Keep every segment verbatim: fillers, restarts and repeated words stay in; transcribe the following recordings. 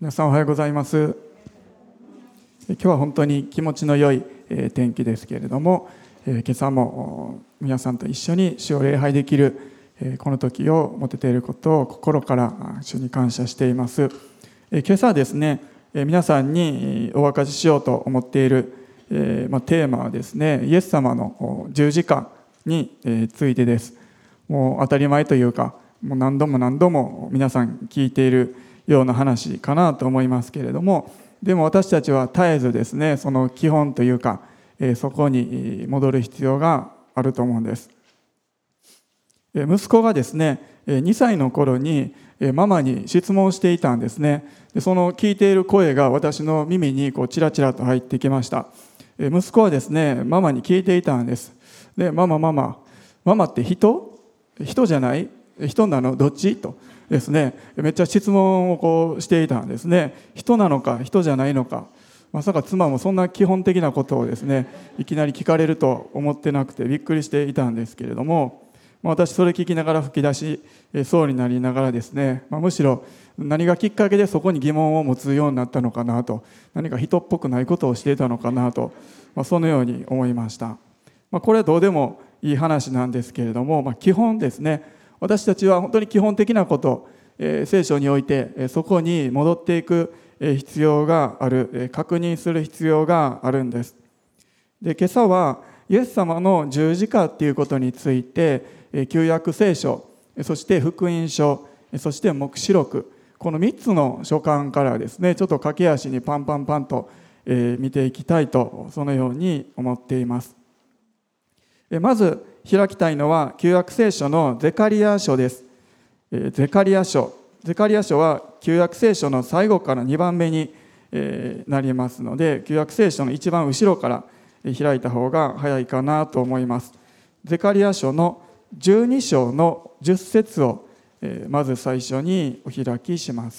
皆さんおはようございます。今日は本当に気持ちの良い天気ですけれども、今朝も皆さんと一緒に主を礼拝できるこの時を持てていることを心から主に感謝しています。今朝はですね、皆さんにお分かちしようと思っているテーマはですね、イエス様の十字架についてです。もう当たり前というか、もう何度も何度も皆さん聞いているような話かなと思いますけれども、でも私たちは絶えずですね、その基本というか、そこに戻る必要があると思うんです。息子がですね、にさいの頃にママに質問していたんですね。でその聞いている声が私の耳にこうチラチラと入ってきました。息子はですね、ママに聞いていたんです。で、ママママ、ママって人？人じゃない？人なの？どっち？とですね、めっちゃ質問をこうしていたんですね。人なのか人じゃないのか、まさか妻もそんな基本的なことをですね、いきなり聞かれると思ってなくてびっくりしていたんですけれども、私それ聞きながら吹き出しそうになりながらですね、むしろ何がきっかけでそこに疑問を持つようになったのかなと、何か人っぽくないことをしていたのかなと、そのように思いました。これはどうでもいい話なんですけれども、基本ですね、私たちは本当に基本的なこと、えー、聖書において、えー、そこに戻っていく、えー、必要がある、えー、確認する必要があるんです。で、今朝はイエス様の十字架っていうことについて、えー、旧約聖書、そして福音書、そして黙示録、このみっつの書簡からですね、ちょっと駆け足にパンパンパンと、えー、見ていきたいと、そのように思っています。えー、まず開きたいのは旧約聖書のゼカリア書です。ゼカリア書。ゼカリア書は旧約聖書の最後からにばんめになりますので、旧約聖書の一番後ろから開いた方が早いかなと思います。ゼカリア書のじゅうに章のじゅっ節をまず最初にお開きします。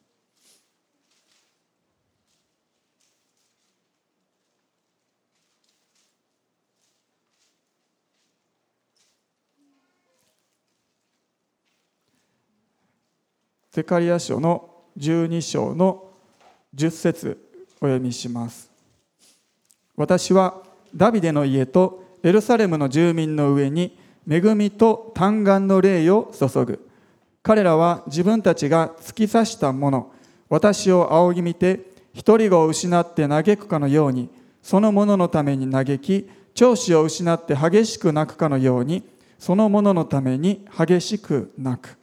ゼカリア書のじゅうに章のじゅっ節お読みします。私はダビデの家とエルサレムの住民の上に恵みと嘆願の霊を注ぐ。彼らは自分たちが突き刺したもの、私を仰ぎ見て独り子を失って嘆くかのように、そのもののために嘆き、長子を失って激しく泣くかのように、そのもののために激しく泣く。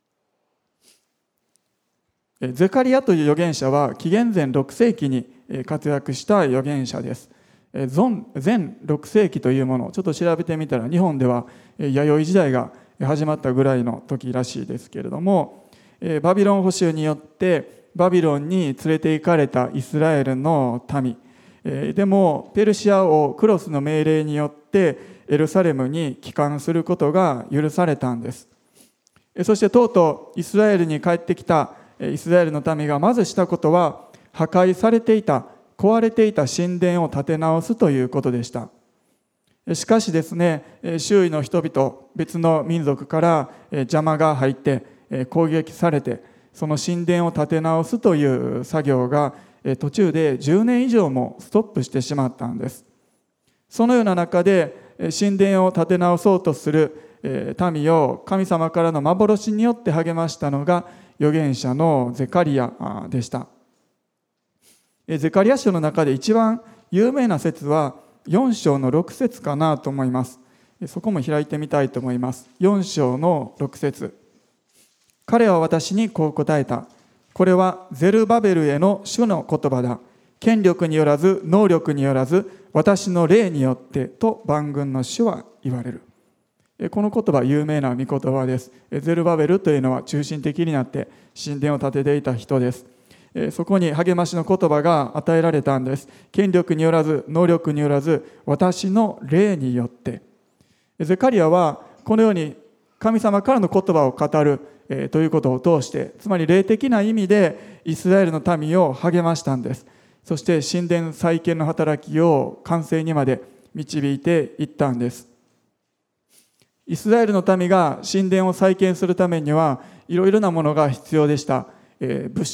ゼカリアという預言者は紀元前ろく世紀に活躍した預言者です。前ろく世紀というものをちょっと調べてみたら、日本では弥生時代が始まったぐらいの時らしいですけれども、バビロン捕囚によってバビロンに連れて行かれたイスラエルの民、でもペルシア王クロスの命令によってエルサレムに帰還することが許されたんです。そしてとうとうイスラエルに帰ってきたイスラエルの民がまずしたことは、破壊されていた、壊れていた神殿を建て直すということでした。しかしですね、周囲の人々、別の民族から邪魔が入って攻撃されて、その神殿を建て直すという作業が途中でじゅうねん以上もストップしてしまったんです。そのような中で神殿を建て直そうとする民を神様からの幻によって励ましたのが預言者のゼカリアでした。ゼカリア書の中で一番有名な説はよん章のろく節かなと思います。そこも開いてみたいと思います。よん章のろく節。彼は私にこう答えた。これはゼルバベルへの主の言葉だ。権力によらず能力によらず私の霊によってと万軍の主は言われる。この言葉有名な御言葉です。ゼルバベルというのは中心的になって神殿を建てていた人です。そこに励ましの言葉が与えられたんです。権力によらず能力によらず私の霊によって。ゼカリアはこのように神様からの言葉を語るということを通して、つまり霊的な意味でイスラエルの民を励ましたんです。そして神殿再建の働きを完成にまで導いていったんです。イスラエルの民が神殿を再建するためにはいろいろなものが必要でした。えー、物資、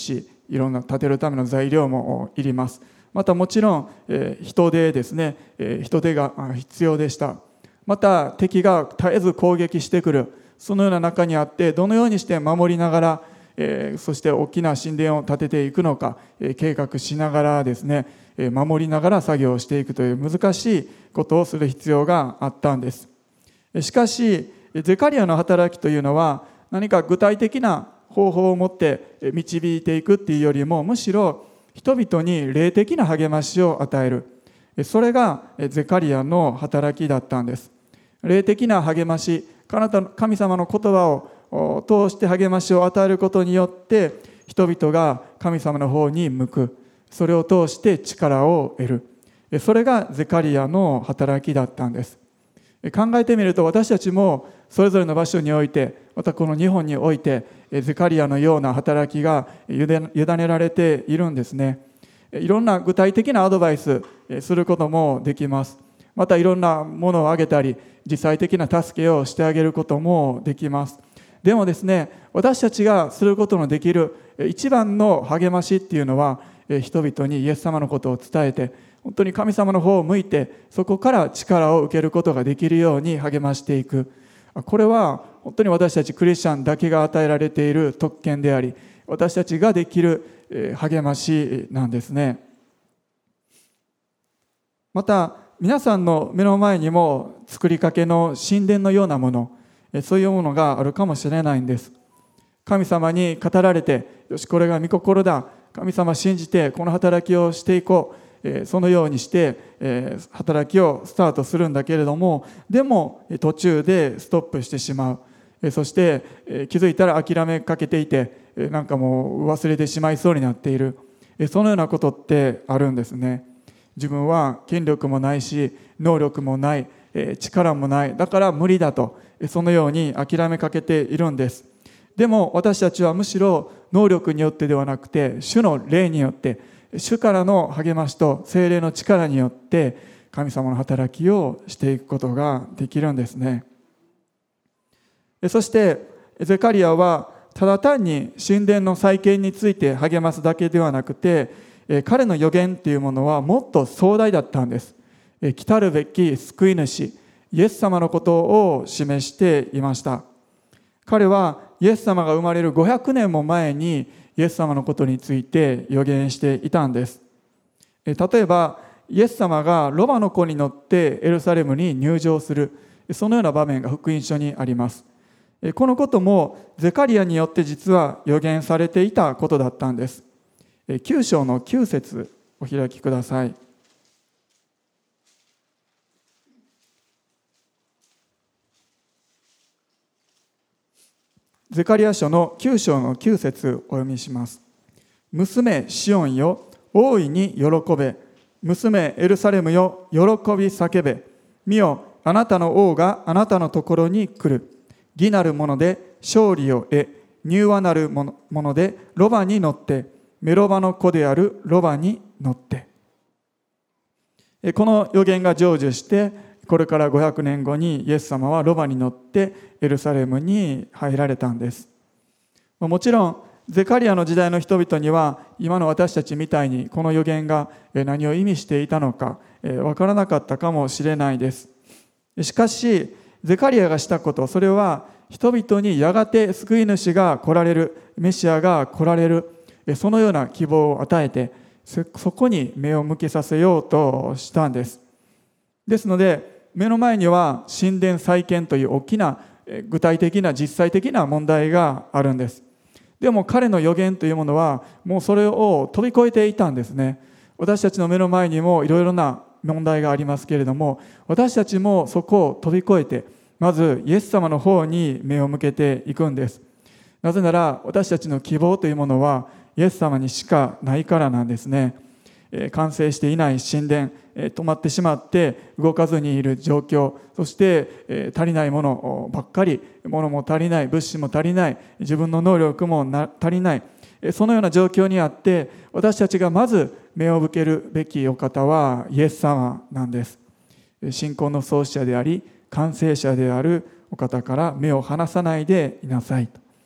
いろんな建てるための材料もいります。またもちろん、えー、人手ですね、えー、人手が必要でした。また敵が絶えず攻撃してくる、そのような中にあって、どのようにして守りながら、えー、そして大きな神殿を建てていくのか、えー、計画しながらですね、えー、守りながら作業をしていくという難しいことをする必要があったんです。しかしゼカリアの働きというのは、何か具体的な方法を持って導いていくっていうよりも、むしろ人々に霊的な励ましを与える、それがゼカリアの働きだったんです。霊的な励まし、神様の言葉を通して励ましを与えることによって人々が神様の方に向く、それを通して力を得る、それがゼカリアの働きだったんです。考えてみると、私たちもそれぞれの場所において、またこの日本においてゼカリアのような働きが委ねられているんですね。いろんな具体的なアドバイスすることもできます。またいろんなものをあげたり、実際的な助けをしてあげることもできます。でもですね、私たちがすることのできる一番の励ましっていうのは、人々にイエス様のことを伝えて、本当に神様の方を向いて、そこから力を受けることができるように励ましていく。これは本当に私たちクリスチャンだけが与えられている特権であり、私たちができる励ましなんですね。また皆さんの目の前にも作りかけの神殿のようなもの、そういうものがあるかもしれないんです。神様に語られて、よしこれが御心だ、神様信じてこの働きをしていこう、そのようにして働きをスタートするんだけれども、でも途中でストップしてしまう。そして気づいたら諦めかけていて、なんかもう忘れてしまいそうになっている、そのようなことってあるんですね。自分は権力もないし、能力もない、力もない、だから無理だと、そのように諦めかけているんです。でも私たちはむしろ能力によってではなくて、主の霊によって、主からの励ましと聖霊の力によって神様の働きをしていくことができるんですね。そしてゼカリアはただ単に神殿の再建について励ますだけではなくて、彼の予言というものはもっと壮大だったんです。来たるべき救い主イエス様のことを示していました。彼はイエス様が生まれるごひゃくねんも前にイエス様のことについて予言していたんです。例えばイエス様がロバの子に乗ってエルサレムに入場する、そのような場面が福音書にあります。このこともゼカリアによって実は予言されていたことだったんです。きゅう章のきゅう節お開きください。ゼカリア書のきゅう章のきゅう節お読みします。娘シオンよ、大いに喜べ。娘エルサレムよ、喜び叫べ。見よ、あなたの王があなたのところに来る。義なるもので勝利を得、柔和なるものでロバに乗って、メロバの子であるロバに乗って。この予言が成就して、これからごひゃくねんごにイエス様はロバに乗ってエルサレムに入られたんです。もちろんゼカリアの時代の人々には今の私たちみたいにこの予言が何を意味していたのかわからなかったかもしれないです。しかしゼカリアがしたこと、それは人々にやがて救い主が来られる、メシアが来られる、そのような希望を与えて、そこに目を向けさせようとしたんです。ですので目の前には神殿再建という大きな具体的な実際的な問題があるんです。でも彼の予言というものはもうそれを飛び越えていたんですね。私たちの目の前にもいろいろな問題がありますけれども、私たちもそこを飛び越えてまずイエス様の方に目を向けていくんです。なぜなら私たちの希望というものはイエス様にしかないからなんですね。完成していない神殿、止まってしまって動かずにいる状況、そして足りないものばっかり、物も足りない、物資も足りない、自分の能力も足りない、そのような状況にあって私たちがまず目を向けるべきお方はイエス様なんです。信仰の創始者であり完成者であるお方から目を離さないでいなさいと。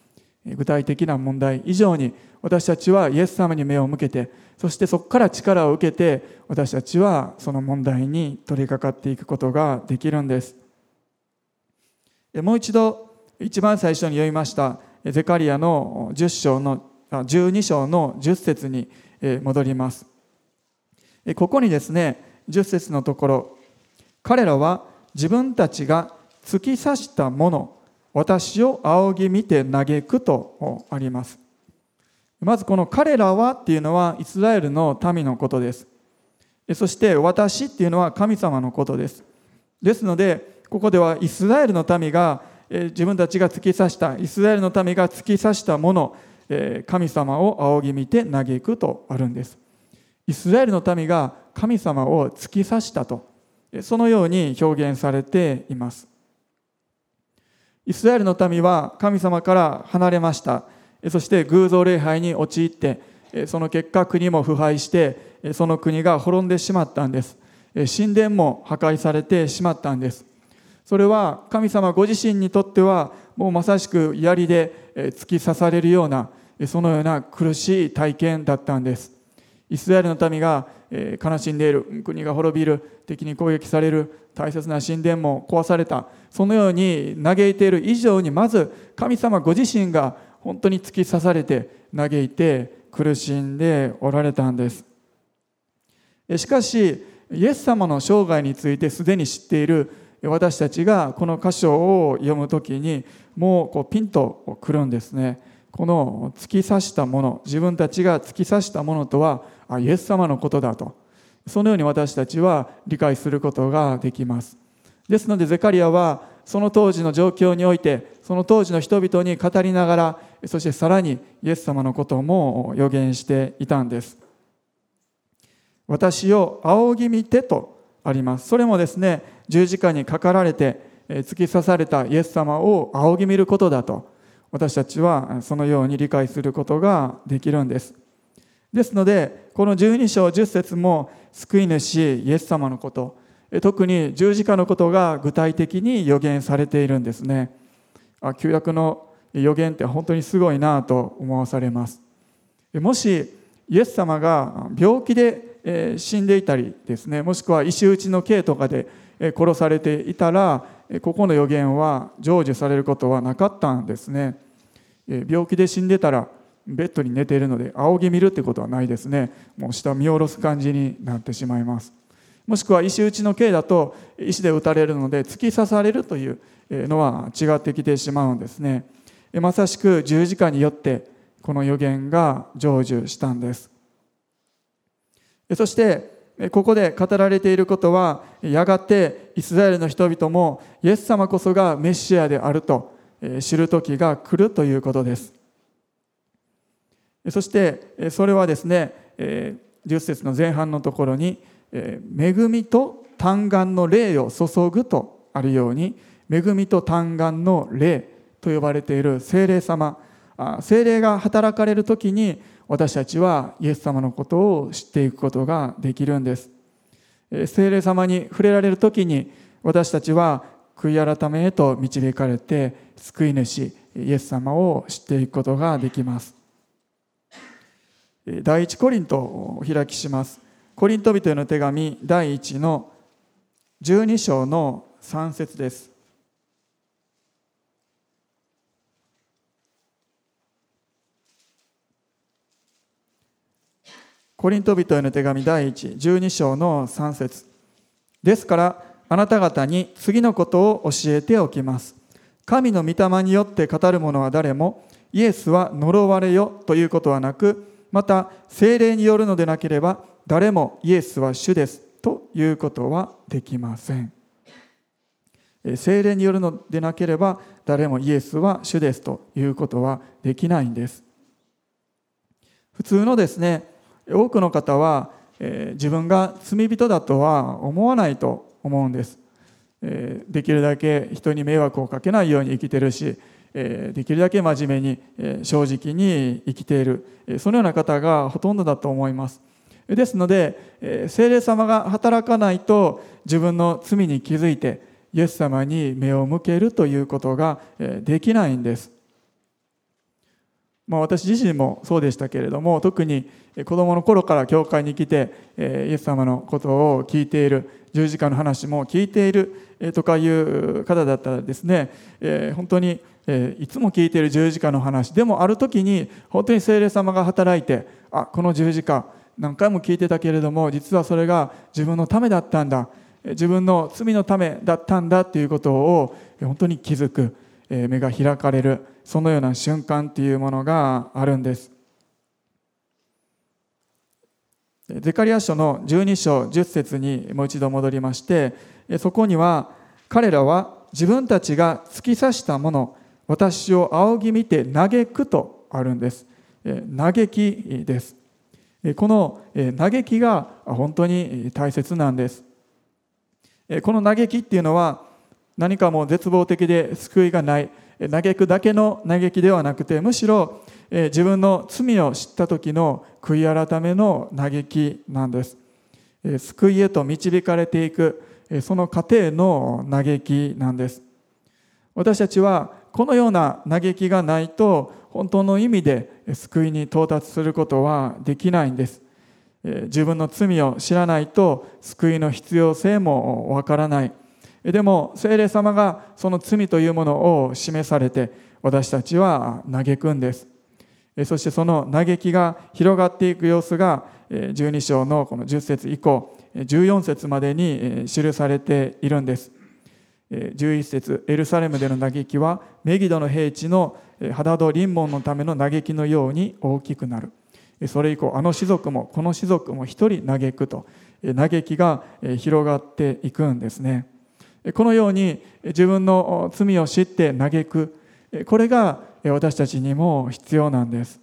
具体的な問題以上に私たちはイエス様に目を向けて、そしてそこから力を受けて私たちはその問題に取り掛かっていくことができるんです。もう一度一番最初に読みましたゼカリヤのじゅっ章のじゅうに章のじゅっ節に戻ります。ここにですね、じゅっ節のところ、彼らは自分たちが突き刺したもの、私を仰ぎ見て嘆くとあります。まずこの彼らはっていうのはイスラエルの民のことです。そして私っていうのは神様のことです。ですのでここではイスラエルの民が自分たちが突き刺したイスラエルの民が突き刺したもの、神様を仰ぎ見て嘆くとあるんです。イスラエルの民が神様を突き刺したと、そのように表現されています。イスラエルの民は神様から離れました。そして偶像礼拝に陥って、その結果国も腐敗して、その国が滅んでしまったんです。神殿も破壊されてしまったんです。それは神様ご自身にとってはもうまさしく槍で突き刺されるような、そのような苦しい体験だったんです。イスラエルの民が悲しんでいる、国が滅びる、敵に攻撃される、大切な神殿も壊された、そのように嘆いている以上に、まず神様ご自身が本当に突き刺されて嘆いて苦しんでおられたんです。しかしイエス様の生涯についてすでに知っている私たちがこの箇所を読むときにもうこうピンとくるんですね。この突き刺したもの、自分たちが突き刺したものとはあイエス様のことだと、そのように私たちは理解することができます。ですのでゼカリヤはその当時の状況において、その当時の人々に語りながら、そしてさらにイエス様のことも予言していたんです。私を仰ぎ見てとあります。それもですね、十字架にかかられて突き刺されたイエス様を仰ぎ見ることだと、私たちはそのように理解することができるんです。ですのでこのじゅうに章じゅっ節も救い主イエス様のこと、特に十字架のことが具体的に予言されているんですね。あ、旧約の予言って本当にすごいなと思わされます。もしイエス様が病気で死んでいたりですね、もしくは石打ちの刑とかで殺されていたら、ここの予言は成就されることはなかったんですね。病気で死んでたらベッドに寝ているので仰ぎ見るってことはないですね。もう下見下ろす感じになってしまいます。もしくは石打ちの刑だと石で打たれるので突き刺されるというのは違ってきてしまうんですね。まさしく十字架によってこの予言が成就したんです。そしてここで語られていることは、やがてイスラエルの人々もイエス様こそがメシアであると知る時が来るということです。そしてそれはですね、じゅっ節の前半のところに恵みと嘆願の霊を注ぐとあるように、恵みと嘆願の霊と呼ばれている聖霊様、聖霊が働かれるときに私たちはイエス様のことを知っていくことができるんです。聖霊様に触れられるときに私たちは悔い改めへと導かれて救い主イエス様を知っていくことができます。第一コリントをお開きします。コリント人への手紙第一のじゅうに章のさん節です。コリント人への手紙第一、じゅうに章のさん節。ですからあなた方に次のことを教えておきます。神の御霊によって語る者は誰もイエスは呪われよということはなく、また聖霊によるのでなければ誰もイエスは主ですということはできません。聖霊によるのでなければ誰もイエスは主ですということはできないんです。普通のですね、多くの方は、えー、自分が罪人だとは思わないと思うんです。えー、できるだけ人に迷惑をかけないように生きてるし、えー、できるだけ真面目に、えー、正直に生きている、えー、そのような方がほとんどだと思います。ですので、えー、聖霊様が働かないと自分の罪に気づいてイエス様に目を向けるということが、えー、できないんです。 まあ、私自身もそうでしたけれども、特に子供の頃から教会に来てイエス様のことを聞いている、十字架の話も聞いているとかいう方だったらですね、本当にいつも聞いている十字架の話でも、ある時に本当に聖霊様が働いて、あ、この十字架何回も聞いてたけれども、実はそれが自分のためだったんだ、自分の罪のためだったんだということを本当に気づく、目が開かれる、そのような瞬間というものがあるんです。ゼカリヤ書のじゅうに章じゅっ節にもう一度戻りまして、そこには、彼らは自分たちが突き刺したもの、私を仰ぎ見て嘆くとあるんです。嘆きです。この嘆きが本当に大切なんです。この嘆きっていうのは、何かもう絶望的で救いがない、嘆くだけの嘆きではなくて、むしろ自分の罪を知った時の悔い改めの嘆きなんです。救いへと導かれていく、その過程の嘆きなんです。私たちはこのような嘆きがないと、本当の意味で救いに到達することはできないんです。自分の罪を知らないと救いの必要性もわからない。でも聖霊様がその罪というものを示されて、私たちは嘆くんです。そしてその嘆きが広がっていく様子がじゅうに章のこのじゅっ節以降じゅうよん節までに記されているんです。じゅういち節、エルサレムでの嘆きはメギドの平地のハダドリンモンのための嘆きのように大きくなる。それ以降、あの士族もこの士族も一人嘆くと、嘆きが広がっていくんですね。このように自分の罪を知って嘆く、これが私たちにも必要なんです。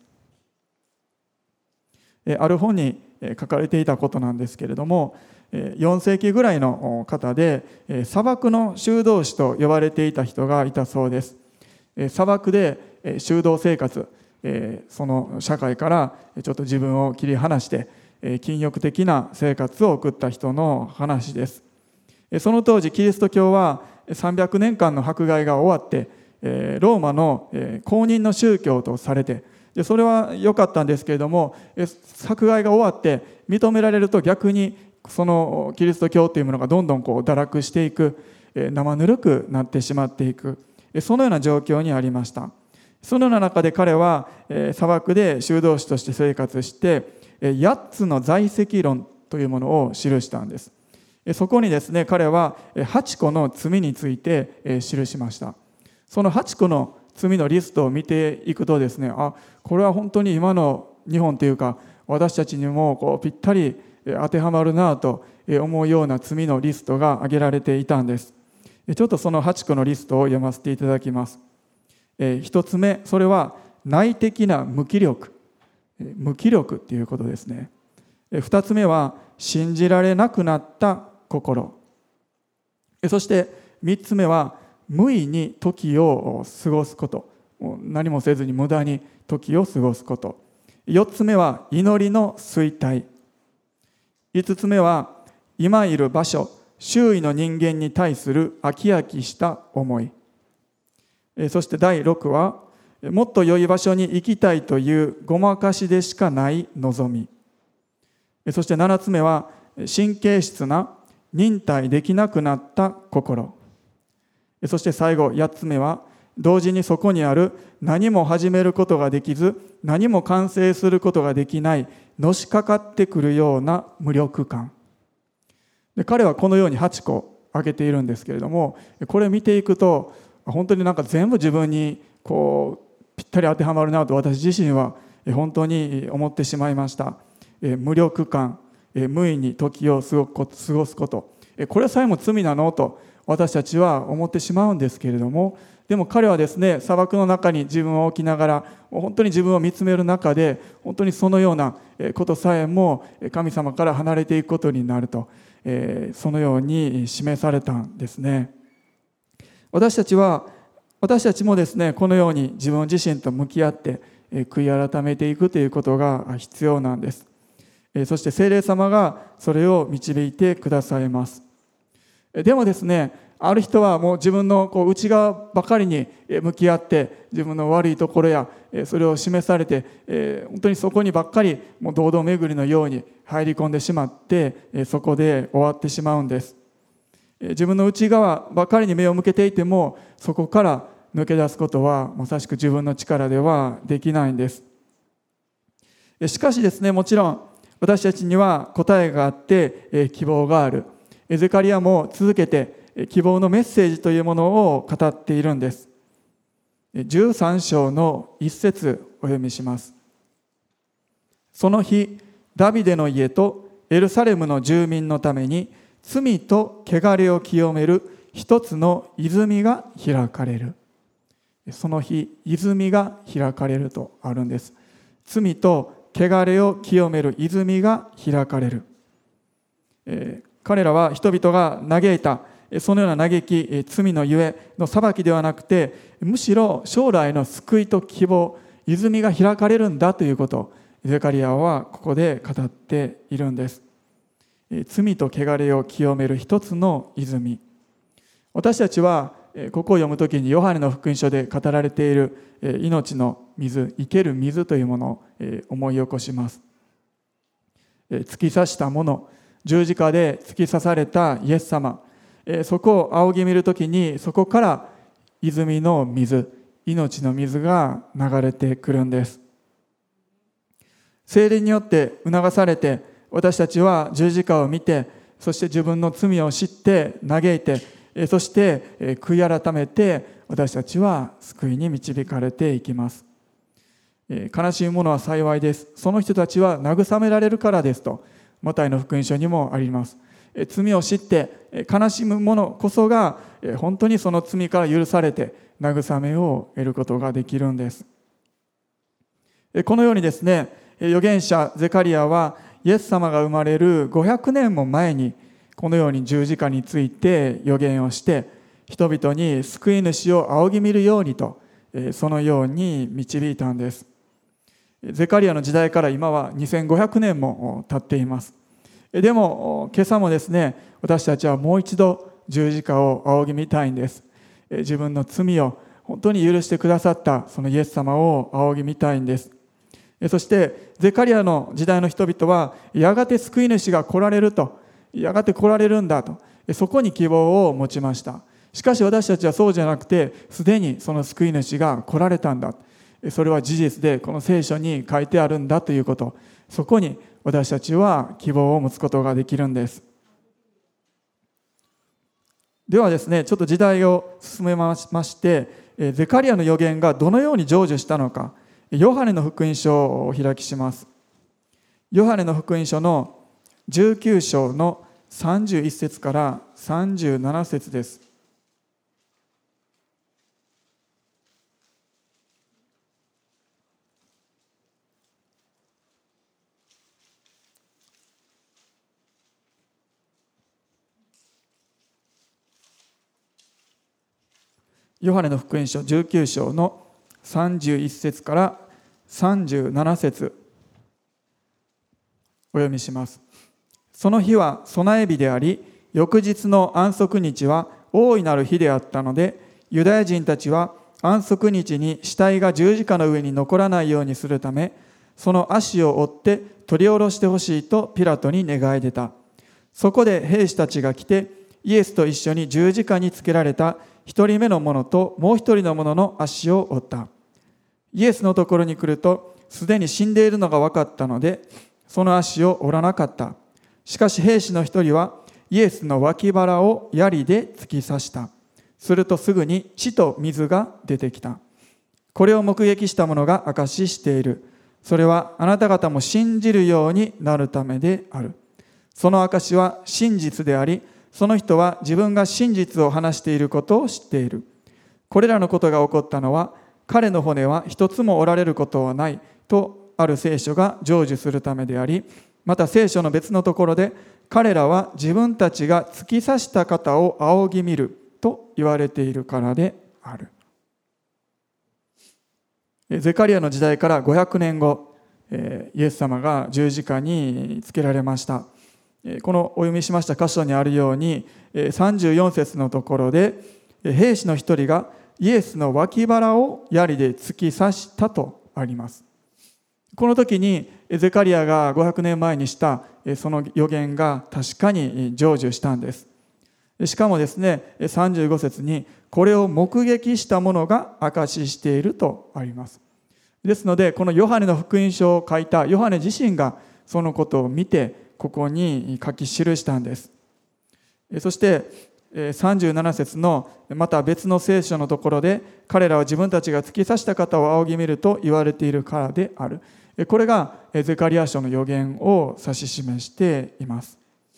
ある本に書かれていたことなんですけれども、よん世紀ぐらいの方で砂漠の修道士と呼ばれていた人がいたそうです。砂漠で修道生活、その社会からちょっと自分を切り離して禁欲的な生活を送った人の話です。その当時キリスト教はさんびゃくねんかんの迫害が終わってローマの公認の宗教とされて、それは良かったんですけれども、迫害が終わって認められると、逆にそのキリスト教というものがどんどんこう堕落していく、生ぬるくなってしまっていく、そのような状況にありました。そのような中で彼は砂漠で修道士として生活してやっつの在籍論というものを記したんです。そこにですね、彼ははちこの罪について記しました。そのはちこの罪のリストを見ていくとですね、あ、これは本当に今の日本というか私たちにもこうぴったり当てはまるなと思うような罪のリストが挙げられていたんです。ちょっとそのはちこのリストを読ませていただきます。一つ目、それは内的な無気力、無気力っていうことですね。二つ目は信じられなくなった心。そして三つ目は無意に時を過ごすこと、何もせずに無駄に時を過ごすこと。四つ目は祈りの衰退。五つ目は今いる場所、周囲の人間に対する飽き飽きした思い。そしてだいろくはもっと良い場所に行きたいというごまかしでしかない望み。そしてななつめは神経質な忍耐できなくなった心。そして最後やっつめは同時にそこにある何も始めることができず何も完成することができないのしかかってくるような無力感で、彼はこのようにはちこ挙げているんですけれども、これを見ていくと本当になんか全部自分にこうぴったり当てはまるなと私自身は本当に思ってしまいました。無力感、無意に時を過ごすこと、これさえも罪なのと私たちは思ってしまうんですけれども、でも彼はですね、砂漠の中に自分を置きながら本当に自分を見つめる中で本当にそのようなことさえも神様から離れていくことになると、そのように示されたんですね。私たちは私たちもですね、このように自分自身と向き合って悔い改めていくということが必要なんです。そして聖霊様がそれを導いてくださいます。でもですね、 ある人はもう自分のこう内側ばかりに向き合って自分の悪いところやそれを示されて本当にそこにばっかりもう堂々巡りのように入り込んでしまってそこで終わってしまうんです。自分の内側ばかりに目を向けていてもそこから抜け出すことはまさしく自分の力ではできないんです。しかしですね、もちろん私たちには答えがあって希望がある。ゼカリヤも続けて希望のメッセージというものを語っているんです。じゅうさん章の一節お読みします。その日、ダビデの家とエルサレムの住民のために罪と汚れを清める一つの泉が開かれる。その日、泉が開かれるとあるんです。罪と汚れを清める泉が開かれる。えー、彼らは人々が嘆いたそのような嘆き、罪のゆえの裁きではなくて、むしろ将来の救いと希望、泉が開かれるんだということをゼカリヤはここで語っているんです。罪と汚れを清める一つの泉。私たちはここを読むときにヨハネの福音書で語られている命の水、生ける水というものを思い起こします。突き刺したもの、十字架で突き刺されたイエス様、そこを仰ぎ見るときにそこから泉の水、命の水が流れてくるんです。聖霊によって促されて私たちは十字架を見て、そして自分の罪を知って嘆いて、そして悔い改めて私たちは救いに導かれていきます。悲しいものは幸いです。その人たちは慰められるからですとマタイの福音書にもあります。罪を知って悲しむ者こそが本当にその罪から許されて慰めを得ることができるんです。このようにですね、預言者ゼカリヤはイエス様が生まれるごひゃくねんも前にこのように十字架について預言をして人々に救い主を仰ぎ見るようにとそのように導いたんです。ゼカリヤの時代から今はにせんごひゃくねんも経っています。でも今朝もですね、私たちはもう一度十字架を仰ぎ見たいんです。自分の罪を本当に許してくださったそのイエス様を仰ぎ見たいんです。そしてゼカリヤの時代の人々はやがて救い主が来られると、やがて来られるんだと、そこに希望を持ちました。しかし私たちはそうじゃなくて、すでにその救い主が来られたんだ、それは事実でこの聖書に書いてあるんだということ、そこに私たちは希望を持つことができるんです。ではですね、ちょっと時代を進めましてゼカリヤの預言がどのように成就したのか、ヨハネの福音書をお開きします。ヨハネの福音書のじゅうきゅう章のさんじゅういち節からさんじゅうなな節です。ヨハネの福音書じゅうきゅう章のさんじゅういち節からさんじゅうなな節お読みします。その日は備え日であり、翌日の安息日は大いなる日であったので、ユダヤ人たちは安息日に死体が十字架の上に残らないようにするため、その足を追って取り下ろしてほしいとピラトに願い出た。そこで兵士たちが来て、イエスと一緒に十字架につけられた一人目の者ともう一人の者の足を追った。イエスのところに来ると、すでに死んでいるのが分かったので、その足を折らなかった。しかし兵士の一人はイエスの脇腹を槍で突き刺した。するとすぐに血と水が出てきた。これを目撃した者が証ししている。それはあなた方も信じるようになるためである。その証は真実であり、その人は自分が真実を話していることを知っている。これらのことが起こったのは、彼の骨は一つも折られることはないとある聖書が成就するためであり、また聖書の別のところで、彼らは自分たちが突き刺した方を仰ぎ見ると言われているからである。ゼカリヤの時代からごひゃくねんご、イエス様が十字架につけられました。 このお読みしました箇所にあるように、さんじゅうよん節のところで、兵士の一人がイエスの脇腹を槍で突き刺したとあります。この時にゼカリアがごひゃくねんまえにしたその予言が確かに成就したんです。しかもですね、さんじゅうご節にこれを目撃した者が証ししているとあります。ですので、このヨハネの福音書を書いたヨハネ自身がそのことを見てここに書き記したんです。そしてさんじゅうなな節のまた別の聖書のところで、彼らは自分たちが突き刺した方を仰ぎ見ると言われているからである。これがゼカリア書の予言を指し示しています。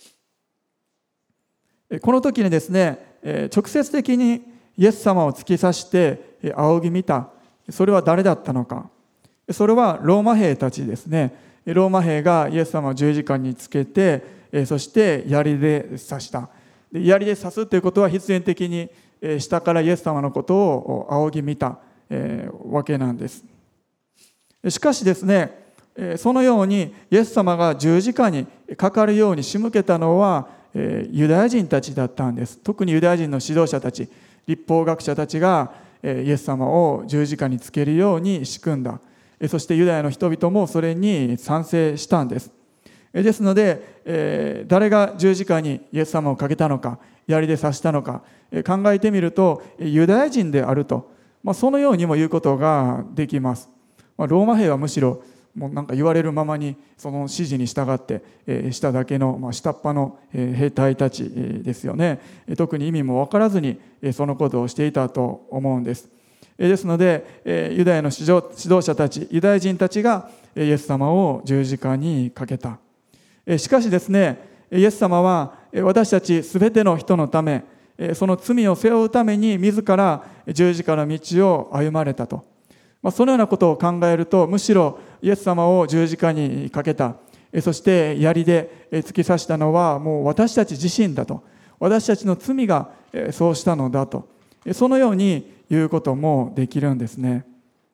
この時にですね、直接的にイエス様を突き刺して仰ぎ見た、それは誰だったのか。それはローマ兵たちですね。ローマ兵がイエス様を十字架につけて、そして槍で刺した。槍で刺すということは必然的に下からイエス様のことを仰ぎ見たわけなんです。しかしですね、そのようにイエス様が十字架にかかるように仕向けたのはユダヤ人たちだったんです。特にユダヤ人の指導者たち、律法学者たちがイエス様を十字架につけるように仕組んだ。そしてユダヤの人々もそれに賛成したんです。ですので、誰が十字架にイエス様をかけたのか、槍で刺したのか考えてみるとユダヤ人であると、まあ、そのようにも言うことができます。まあ、ローマ兵はむしろもうなんか言われるままにその指示に従ってしただけの、まあ、下っ端の兵隊たちですよね。特に意味も分からずにそのことをしていたと思うんです。ですのでユダヤの指導者たち、ユダヤ人たちがイエス様を十字架にかけた。しかしですね、イエス様は私たちすべての人のため、その罪を背負うために自ら十字架の道を歩まれたと。まあ、そのようなことを考えると、むしろイエス様を十字架にかけた、そして槍で突き刺したのはもう私たち自身だと、私たちの罪がそうしたのだと、そのように言うこともできるんですね。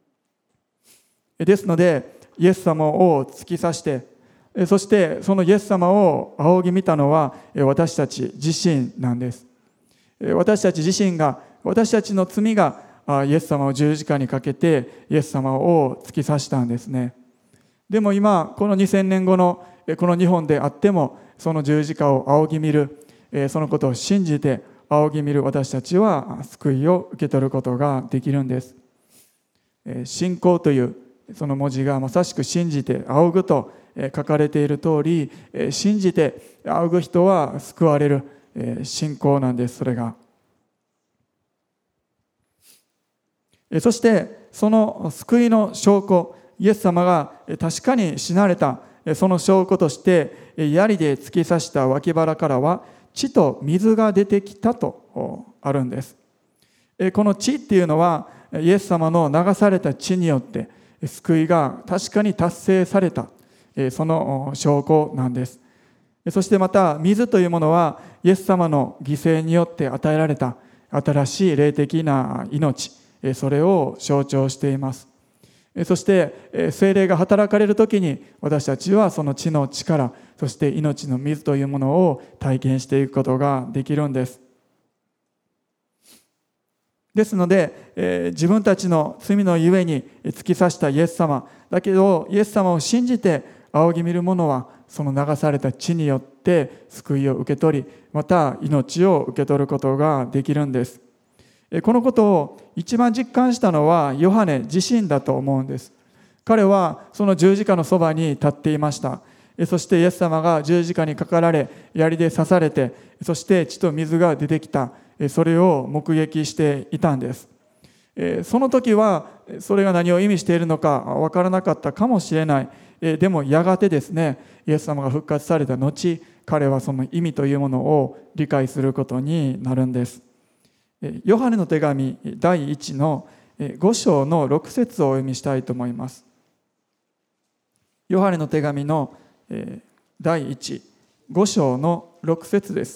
ですのでイエス様を突き刺して、そしてそのイエス様を仰ぎ見たのは私たち自身なんです。私たち自身が、私たちの罪がイエス様を十字架にかけてイエス様を突き刺したんですね。でも今このにせんねんごのこの日本であっても、その十字架を仰ぎ見る、そのことを信じて仰ぎ見る私たちは救いを受け取ることができるんです。信仰というその文字がまさしく信じて仰ぐと書かれている通り、信じて仰ぐ人は救われる信仰なんです。それがそしてその救いの証拠、イエス様が確かに死なれたその証拠として、槍で突き刺した脇腹からは血と水が出てきたとあるんです。この血っていうのはイエス様の流された血によって救いが確かに達成された、その証拠なんです。そしてまた水というものはイエス様の犠牲によって与えられた新しい霊的な命、それを象徴しています。そして聖霊が働かれるときに私たちはその血の力、そして命の水というものを体験していくことができるんです。ですので、えー、自分たちの罪のゆえに突き刺したイエス様だけど、イエス様を信じて仰ぎ見る者はその流された血によって救いを受け取り、また命を受け取ることができるんです。このことを一番実感したのはヨハネ自身だと思うんです。彼はその十字架のそばに立っていました。そしてイエス様が十字架にかかられ、槍で刺されて、そして血と水が出てきた、それを目撃していたんです。その時はそれが何を意味しているのか分からなかったかもしれない。でもやがてですね、イエス様が復活された後、彼はその意味というものを理解することになるんです。ヨハネの手紙だいいちのご章のろく節をお読みしたいと思います。ヨハネの手紙のだいいち、ご章のろく節です。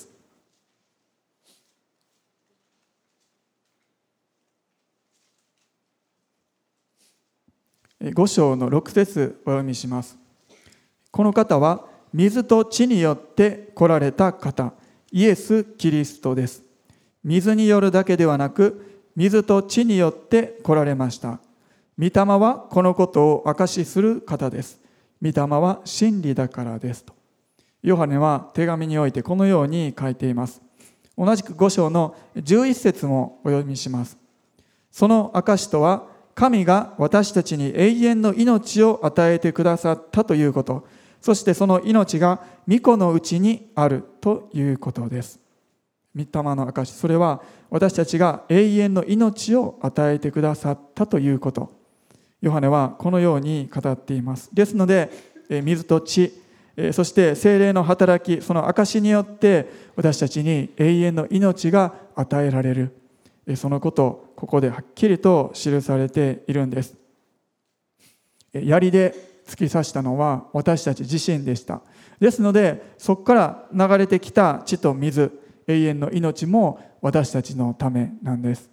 ご章のろく節お読みします。この方は水と地によって来られた方、イエス・キリストです。水によるだけではなく、水と地によって来られました。御霊はこのことを証しする方です。御霊は真理だからですと。ヨハネは手紙においてこのように書いています。同じくご章のじゅういち節もお読みします。その証とは、神が私たちに永遠の命を与えてくださったということ、そしてその命が御子のうちにあるということです。御霊の証、それは私たちが永遠の命を与えてくださったということ。ヨハネはこのように語っています。ですので、水と地、そして聖霊の働き、その証によって私たちに永遠の命が与えられる。そのことをここではっきりと記されているんです。槍で突き刺したのは私たち自身でした。ですので、そこから流れてきた地と水、永遠の命も私たちのためなんです。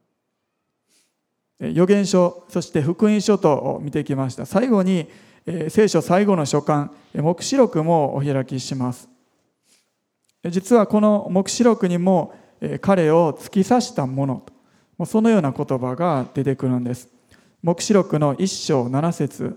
預言書、そして福音書と見てきました。最後に聖書最後の書簡、黙示録もお開きします。実はこの黙示録にも彼を突き刺したものと、そのような言葉が出てくるんです。黙示録の一章七節。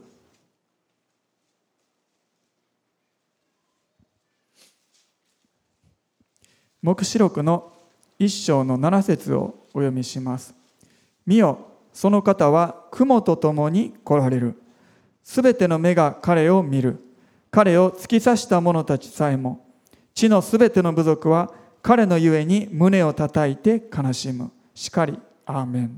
黙示録の一章の七節をお読みします。見よ、その方は雲とともに来られる。すべての目が彼を見る。彼を突き刺した者たちさえも、地のすべての部族は彼のゆえに胸を叩いて悲しむ。しかり、アーメン。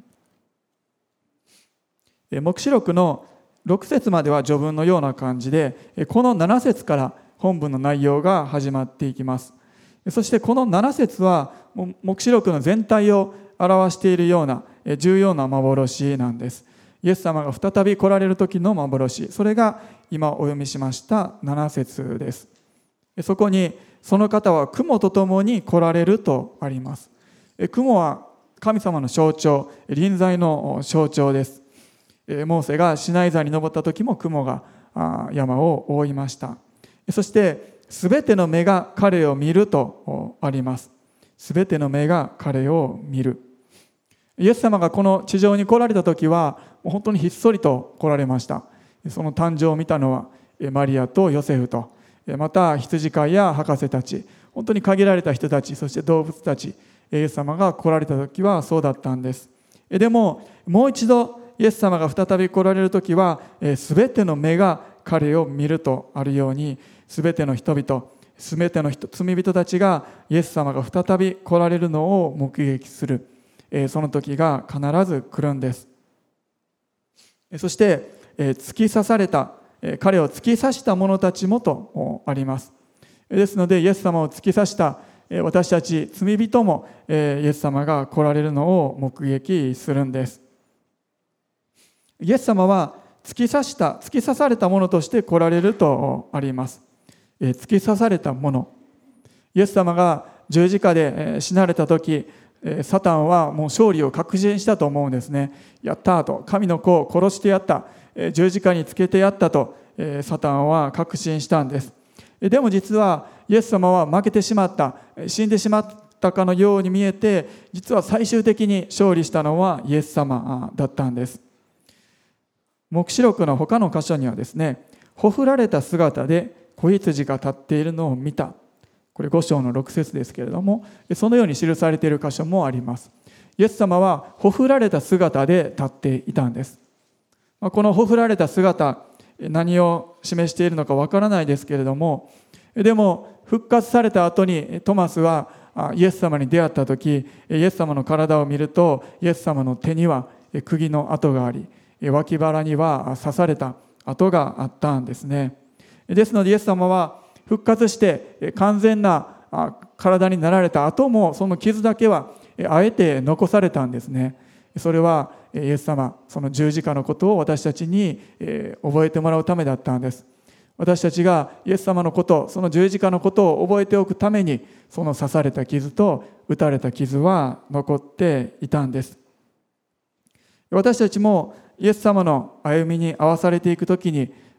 黙示録のろく節までは序文のような感じで、このなな節から本文の内容が始まっていきます。そしてこのなな節は黙示録の全体を表しているような重要な幻なんです。イエス様が再び来られる時の幻、それが今お読みしましたなな節です。そこにその方は雲とともに来られるとあります。雲は神様の象徴、臨在の象徴です。モーセがシナイ山に登った時も雲が山を覆いました。そしてすべての目が彼を見るとあります。すべての目が彼を見る。イエス様がこの地上に来られた時は本当にひっそりと来られました。その誕生を見たのはマリアとヨセフと、また羊飼いや博士たち、本当に限られた人たち、そして動物たち、イエス様が来られた時はそうだったんです。でももう一度イエス様が再び来られる時は、すべての目が彼を見るとあるように、すべての人々、すべての人罪人たちがイエス様が再び来られるのを目撃する、その時が必ず来るんです。そして突き刺された、彼を突き刺した者たちもとあります。ですのでイエス様を突き刺した私たち罪人もイエス様が来られるのを目撃するんです。イエス様は突き刺した突き刺された者として来られるとあります。突き刺された者、イエス様が十字架で死なれた時、サタンはもう勝利を確信したと思うんですね。やったと、神の子を殺してやった、十字架につけてやったとサタンは確信したんです。でも実はイエス様は負けてしまった、死んでしまったかのように見えて、実は最終的に勝利したのはイエス様だったんです。黙示録の他の箇所にはですね、ほふられた姿で子羊が立っているのを見た、これご章のろく節ですけれども、そのように記されている箇所もあります。イエス様はほふられた姿で立っていたんです。このほふられた姿、何を示しているのかわからないですけれども、でも復活された後にトマスはイエス様に出会った時、イエス様の体を見ると、イエス様の手には釘の跡があり、脇腹には刺された跡があったんですね。ですのでイエス様は復活して完全な体になられた後も、その傷だけはあえて残されたんですね。それはイエス様、その十字架のことを私たちに覚えてもらうためだったんです。私たちがイエス様のこと、その十字架のことを覚えておくために、その刺された傷と打たれた傷は残っていたんです。私たちもイエス様の歩みに合わされていくときに、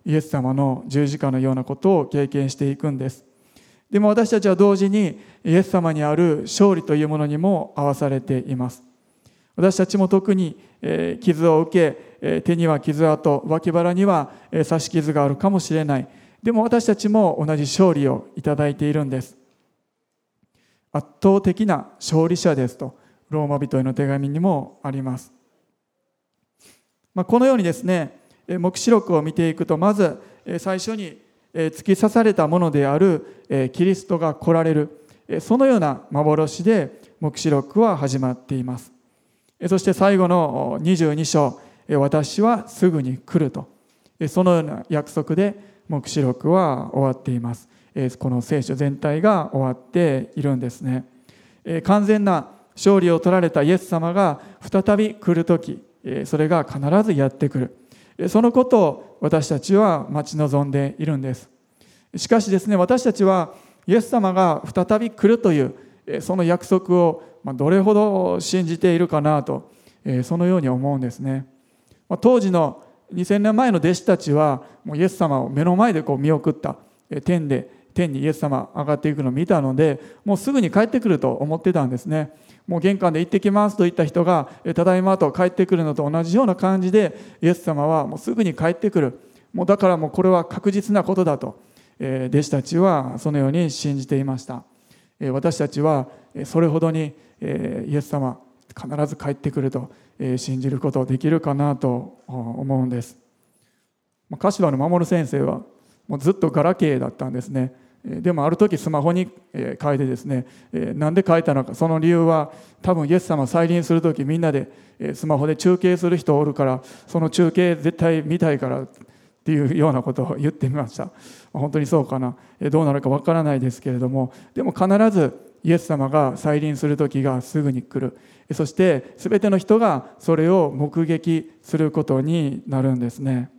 イエス様の十字架のようなことを経験していくんです。でも私たちは同時にイエス様にある勝利というものにも合わされています。私たちも特に傷を受け、手には傷跡、脇腹には刺し傷があるかもしれない。でも私たちも同じ勝利をいただいているんです。圧倒的な勝利者ですとローマ人への手紙にもあります。まあ、このようにですね、黙示録を見ていくと、まず最初に突き刺されたものであるキリストが来られる、そのような幻で黙示録は始まっています。そして最後のにじゅうに章、私はすぐに来ると、そのような約束で黙示録は終わっています。この聖書全体が終わっているんですね。完全な勝利を取られたイエス様が再び来るとき、それが必ずやってくる。そのことを私たちは待ち望んでいるんです。しかしですね、私たちはイエス様が再び来るというその約束をどれほど信じているかなと、そのように思うんですね。当時のにせんねんまえの弟子たちはもうイエス様を目の前でこう見送った。天で天にイエス様上がっていくのを見たので、もうすぐに帰ってくると思ってたんですね。もう玄関で行ってきますと言った人がただいまと帰ってくるのと同じような感じで、イエス様はもうすぐに帰ってくる。もうだからもうこれは確実なことだと、弟子たちはそのように信じていました。私たちはそれほどにイエス様必ず帰ってくると信じることできるかなと思うんです。柏の守先生はもうずっとガラケーだったんですね。でもある時スマホに書いてですね、なんで書いたのか、その理由は多分イエス様再臨する時みんなでスマホで中継する人おるから、その中継絶対見たいからっていうようなことを言ってみました。本当にそうかな、どうなるかわからないですけれども、でも必ずイエス様が再臨する時がすぐに来る。そして全ての人がそれを目撃することになるんですね。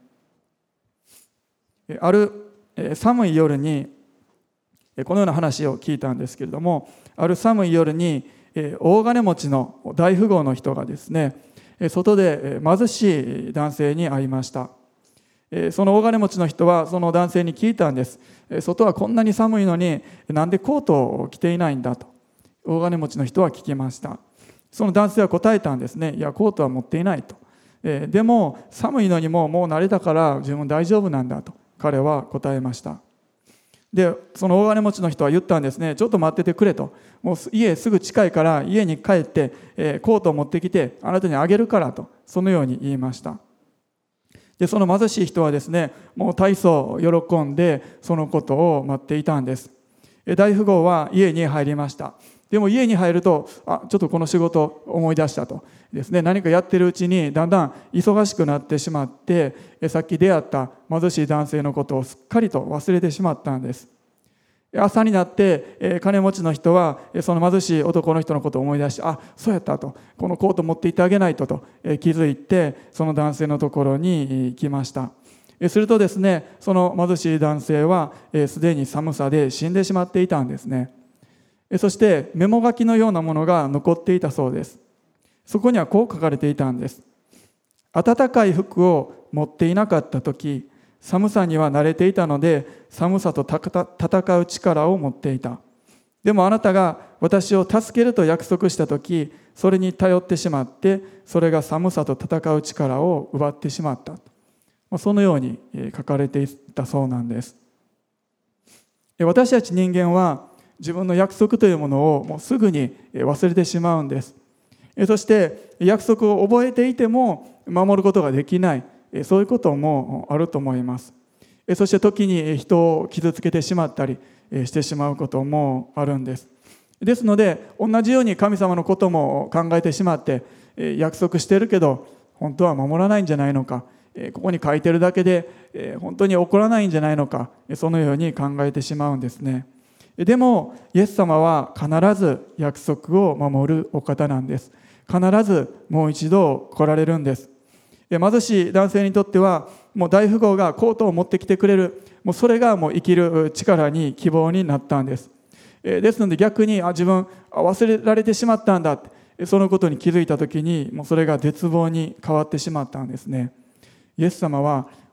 ある寒い夜にこのような話を聞いたんですけれども、ある寒い夜に大金持ちの大富豪の人がですね、外で貧しい男性に会いました。その大金持ちの人はその男性に聞いたんです。外はこんなに寒いのになんでコートを着ていないんだと大金持ちの人は聞きました。その男性は答えたんですね。いや、コートは持っていないと。でも寒いのにももう慣れたから十分大丈夫なんだと彼は答えました。でその大金持ちの人は言ったんですね。ちょっと待っててくれと。もう家すぐ近いから家に帰って、えー、コートを持ってきてあなたにあげるからと、そのように言いました。でその貧しい人はですね、もう大層喜んでそのことを待っていたんです。大富豪は家に入りました。でも家に入ると、あちょっとこの仕事思い出したとですね、何かやってるうちにだんだん忙しくなってしまって、さっき出会った貧しい男性のことをすっかりと忘れてしまったんです。朝になって金持ちの人はその貧しい男の人のことを思い出して、あそうやったと、このコート持って行ってあげないとと気づいて、その男性のところに行きました。するとですね、その貧しい男性はすでに寒さで死んでしまっていたんですね。そしてメモ書きのようなものが残っていたそうです。そこにはこう書かれていたんです。暖かい服を持っていなかったとき、寒さには慣れていたので寒さと戦う力を持っていた。でもあなたが私を助けると約束したとき、それに頼ってしまって、それが寒さと戦う力を奪ってしまった。そのように書かれていたそうなんです。私たち人間は自分の約束というものをもうすぐに忘れてしまうんです。そして約束を覚えていても守ることができない、そういうこともあると思います。そして時に人を傷つけてしまったりしてしまうこともあるんです。ですので同じように神様のことも考えてしまって、約束してるけど本当は守らないんじゃないのか、ここに書いてるだけで本当に起こらないんじゃないのか、そのように考えてしまうんですね。でもイエス様は必ず約束を守るお方なんです。必ずもう一度来られるんです。貧しい男性にとってはもう大富豪がコートを持ってきてくれる、もうそれがもう生きる力に希望になったんです。ですので逆にあ自分忘れられてしまったんだって、そのことに気づいた時にもうそれが絶望に変わってしまったんですね。イエス様は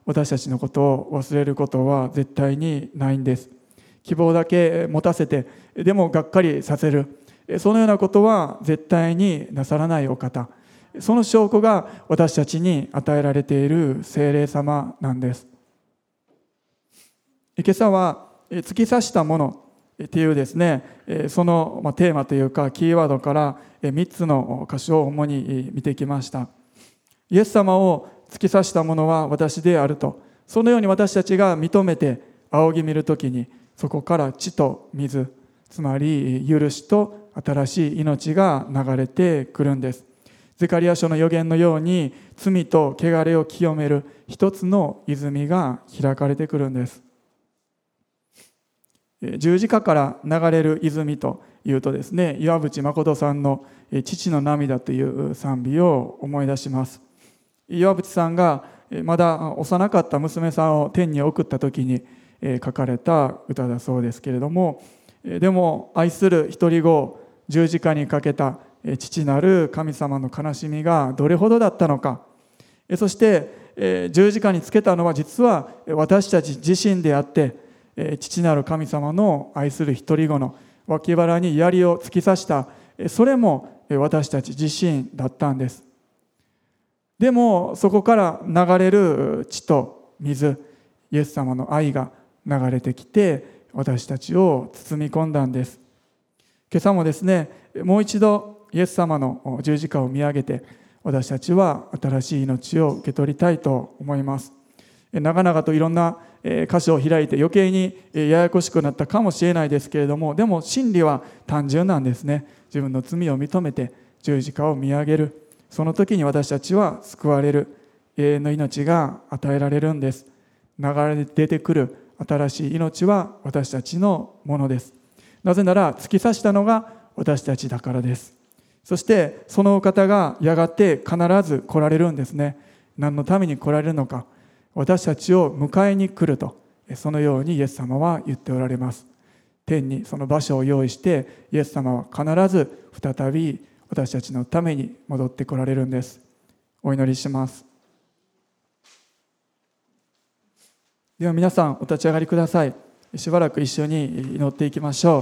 私たちのことを忘れることは絶対にないんです。希望だけ持たせて、でもがっかりさせる、そのようなことは絶対になさらないお方。その証拠が私たちに与えられている聖霊様なんです。今朝は突き刺したものっていうですね、そのテーマというかキーワードからみっつの箇所を主に見てきました。イエス様を突き刺したものは私であると、そのように私たちが認めて仰ぎ見るときに、そこから血と水、つまり許しと新しい命が流れてくるんです。ゼカリヤ書の預言のように、罪と汚れを清める一つの泉が開かれてくるんです。十字架から流れる泉というとですね、岩渕誠さんの父の涙という賛美を思い出します。岩渕さんがまだ幼かった娘さんを天に送った時に書かれた歌だそうですけれども、でも愛する一人子を十字架にかけた父なる神様の悲しみがどれほどだったのか、そして十字架につけたのは実は私たち自身であって、父なる神様の愛する一人子の脇腹に槍を突き刺した、それも私たち自身だったんです。でもそこから流れる血と水、イエス様の愛が流れてきて私たちを包み込んだんです。今朝もですね、もう一度イエス様の十字架を見上げて、私たちは新しい命を受け取りたいと思います。長々といろんな箇所を開いて余計にややこしくなったかもしれないですけれども、でも真理は単純なんですね。自分の罪を認めて十字架を見上げる、その時に私たちは救われる、永遠の命が与えられるんです。流れ出てくる新しい命は私たちのものです。なぜなら突き刺したのが私たちだからです。そしてそのお方がやがて必ず来られるんですね。何のために来られるのか、私たちを迎えに来ると、そのようにイエス様は言っておられます。天にその場所を用意して、イエス様は必ず再び私たちのために戻って来られるんです。お祈りします。では皆さんお立ち上がりください。しばらく一緒に祈っていきましょう。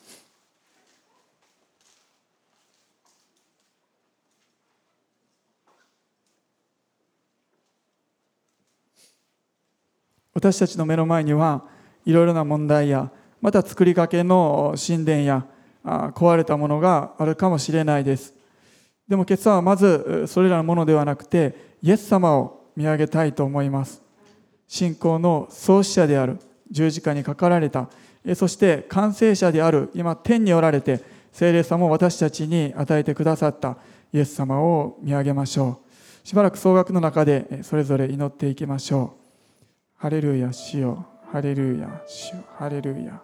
私たちの目の前にはいろいろな問題や、また作りかけの神殿や壊れたものがあるかもしれないです。でも今朝はまずそれらのものではなくて、イエス様を見上げたいと思います。信仰の創始者である、十字架にかかられた、そして完成者である、今天におられて聖霊様を私たちに与えてくださったイエス様を見上げましょう。しばらく総額の中でそれぞれ祈っていきましょう。ハレルヤ、主よ、ハレルヤ、主よ、ハレルヤ。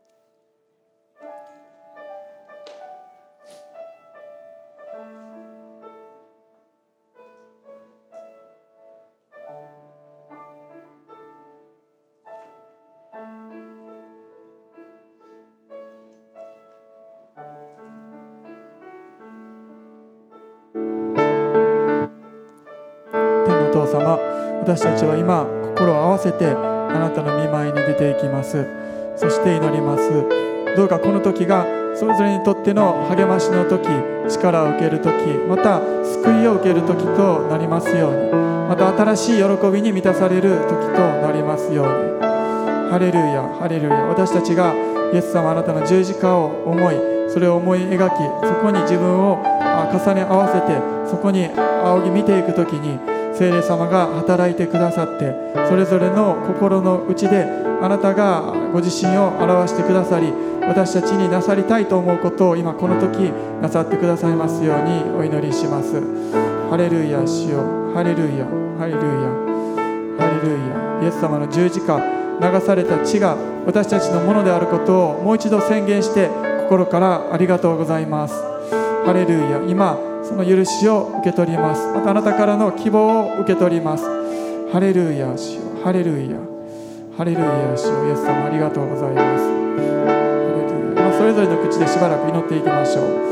天のお父様、私たちは今心を合わせてあなたの御前に出ていきます。そして祈ります。どうかこの時がそれぞれにとっての励ましの時、力を受ける時、また救いを受ける時となりますように、また新しい喜びに満たされる時となりますように。ハレルヤ、ハレルヤ。私たちがイエス様あなたの十字架を思い、それを思い描き、そこに自分を重ね合わせて、そこに仰ぎ見ていく時に聖霊様が働いてくださって、それぞれの心の内であなたがご自身を表してくださり、私たちになさりたいと思うことを今この時なさってくださいますようにお祈りします。ハレルヤ、主よ、ハレルヤ、ハレルヤ、ハレルヤ。イエス様の十字架、流された血が私たちのものであることをもう一度宣言して、心からありがとうございます。ハレルヤ。今その許しを受け取ります。またあなたからの希望を受け取ります。ハレルヤ、主よ、ハレルヤ、ハレルヤ、主よ、イエス様ありがとうございます。ハレルヤ。それぞれの口でしばらく祈っていきましょう。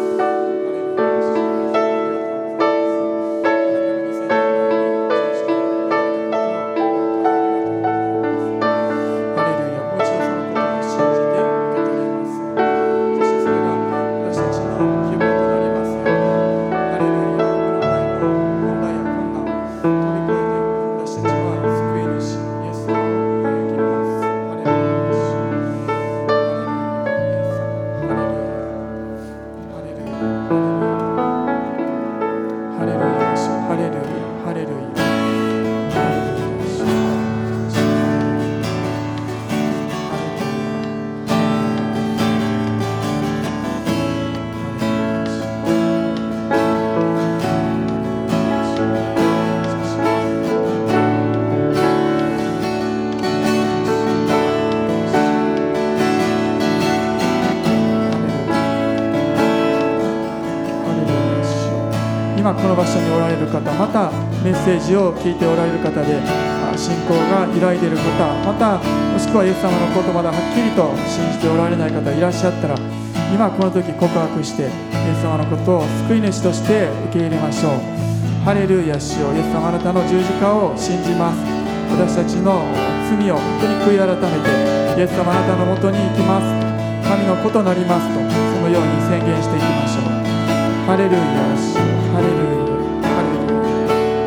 今この場所におられる方、またメッセージを聞いておられる方で信仰が揺らいでいる方、またもしくはイエス様のことまだはっきりと信じておられない方いらっしゃったら、今この時告白してイエス様のことを救い主として受け入れましょう。ハレルヤ、主よ、イエス様あなたの十字架を信じます。私たちの罪を本当に悔い改めて、イエス様あなたのもとに行きます、神の子となりますと、そのように宣言していきましょう。ハレルヤ、主よ、ハレルヤ、ハレルヤ。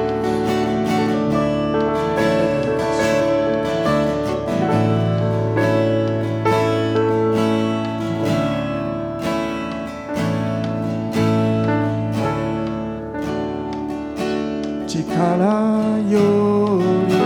力より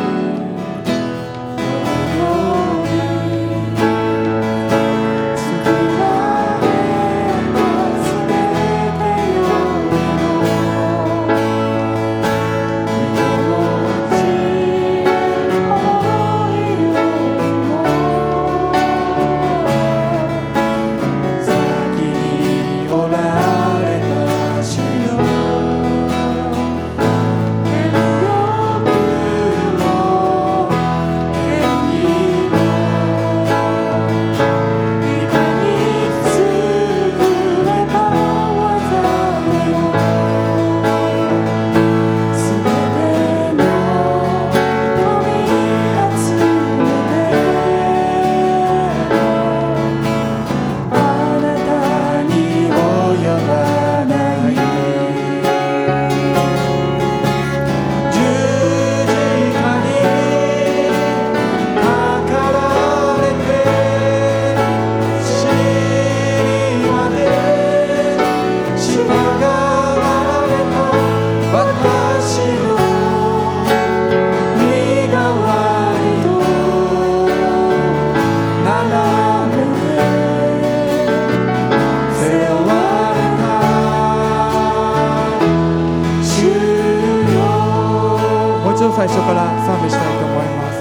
最初から賛美したいと思います。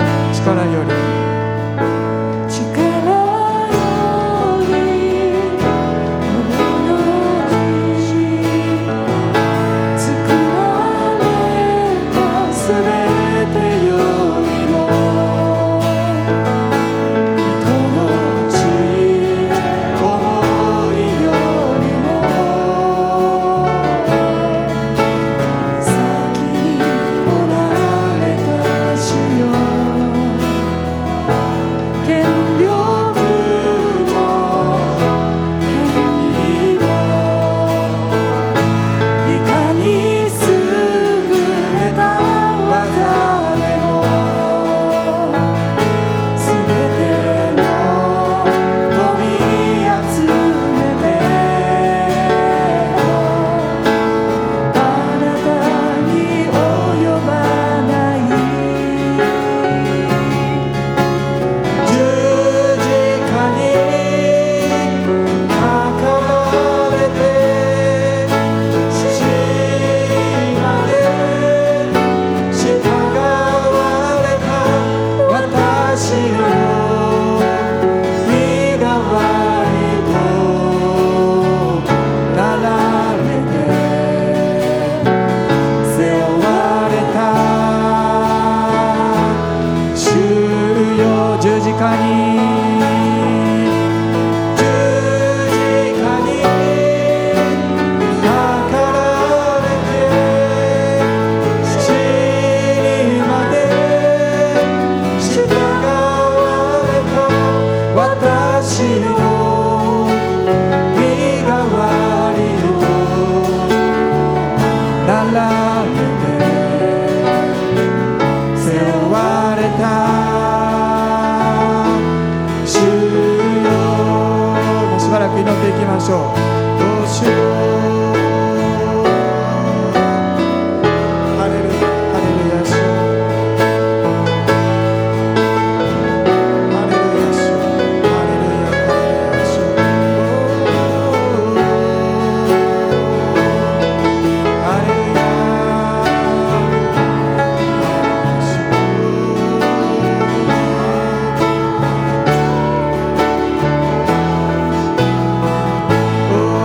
力よりOh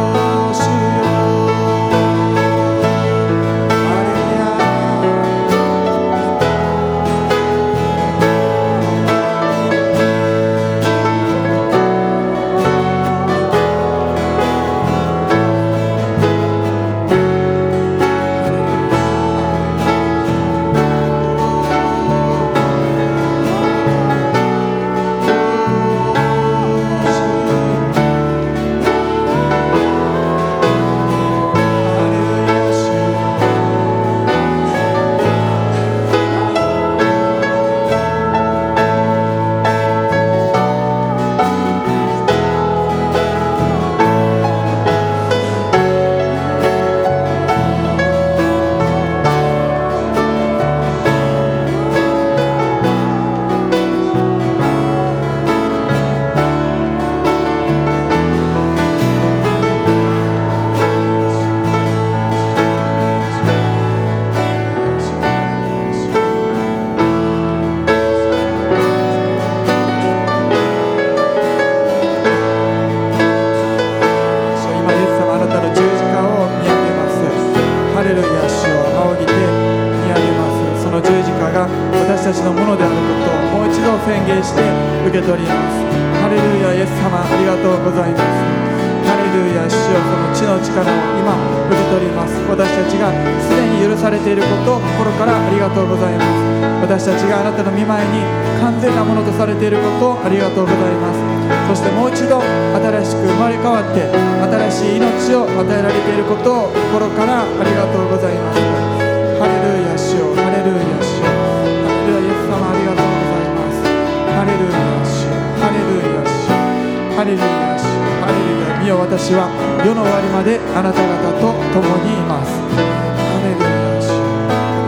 受け取ります。ハレルヤ、イエス様ありがとうございます。ハレルヤ、主よ、その血の力を今受け取ります。私たちがすでに許されていることを心からありがとうございます。私たちがあなたの御前に完全なものとされていることをありがとうございます。そしてもう一度新しく生まれ変わって新しい命を与えられていることを心からありがとうございます。ハレルヤ、主よ、ハレルヤ、主よ、ハレルヤ、イエス様ありがとうございます。ハレルヤ、主よ、ハレルヤ、主よ、ハレルヤ、主よ、ハレルヤ、見よ、私は世の終わりまであなた方と共にいます。ハレルヤ、主よ。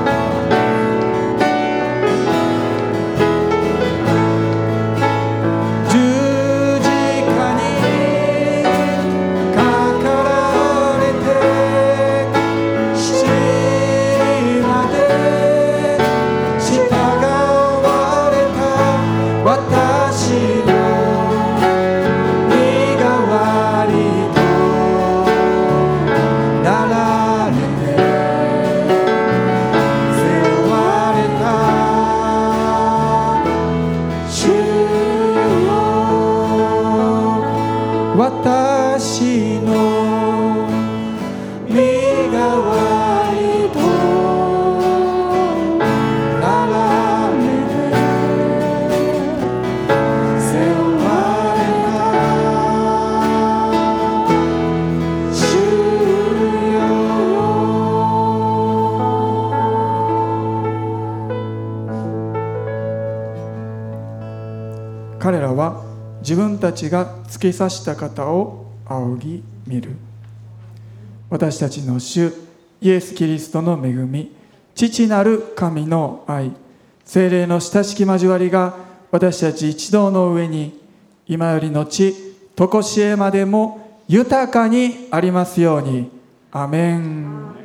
私の身代わりとなられて背負われた主よ。彼らは自分たちが突き刺した方を仰ぎ見る。私たちの主イエス・キリストの恵み、父なる神の愛、聖霊の親しき交わりが私たち一同の上に今よりのち常しえまでも豊かにありますように。アメン。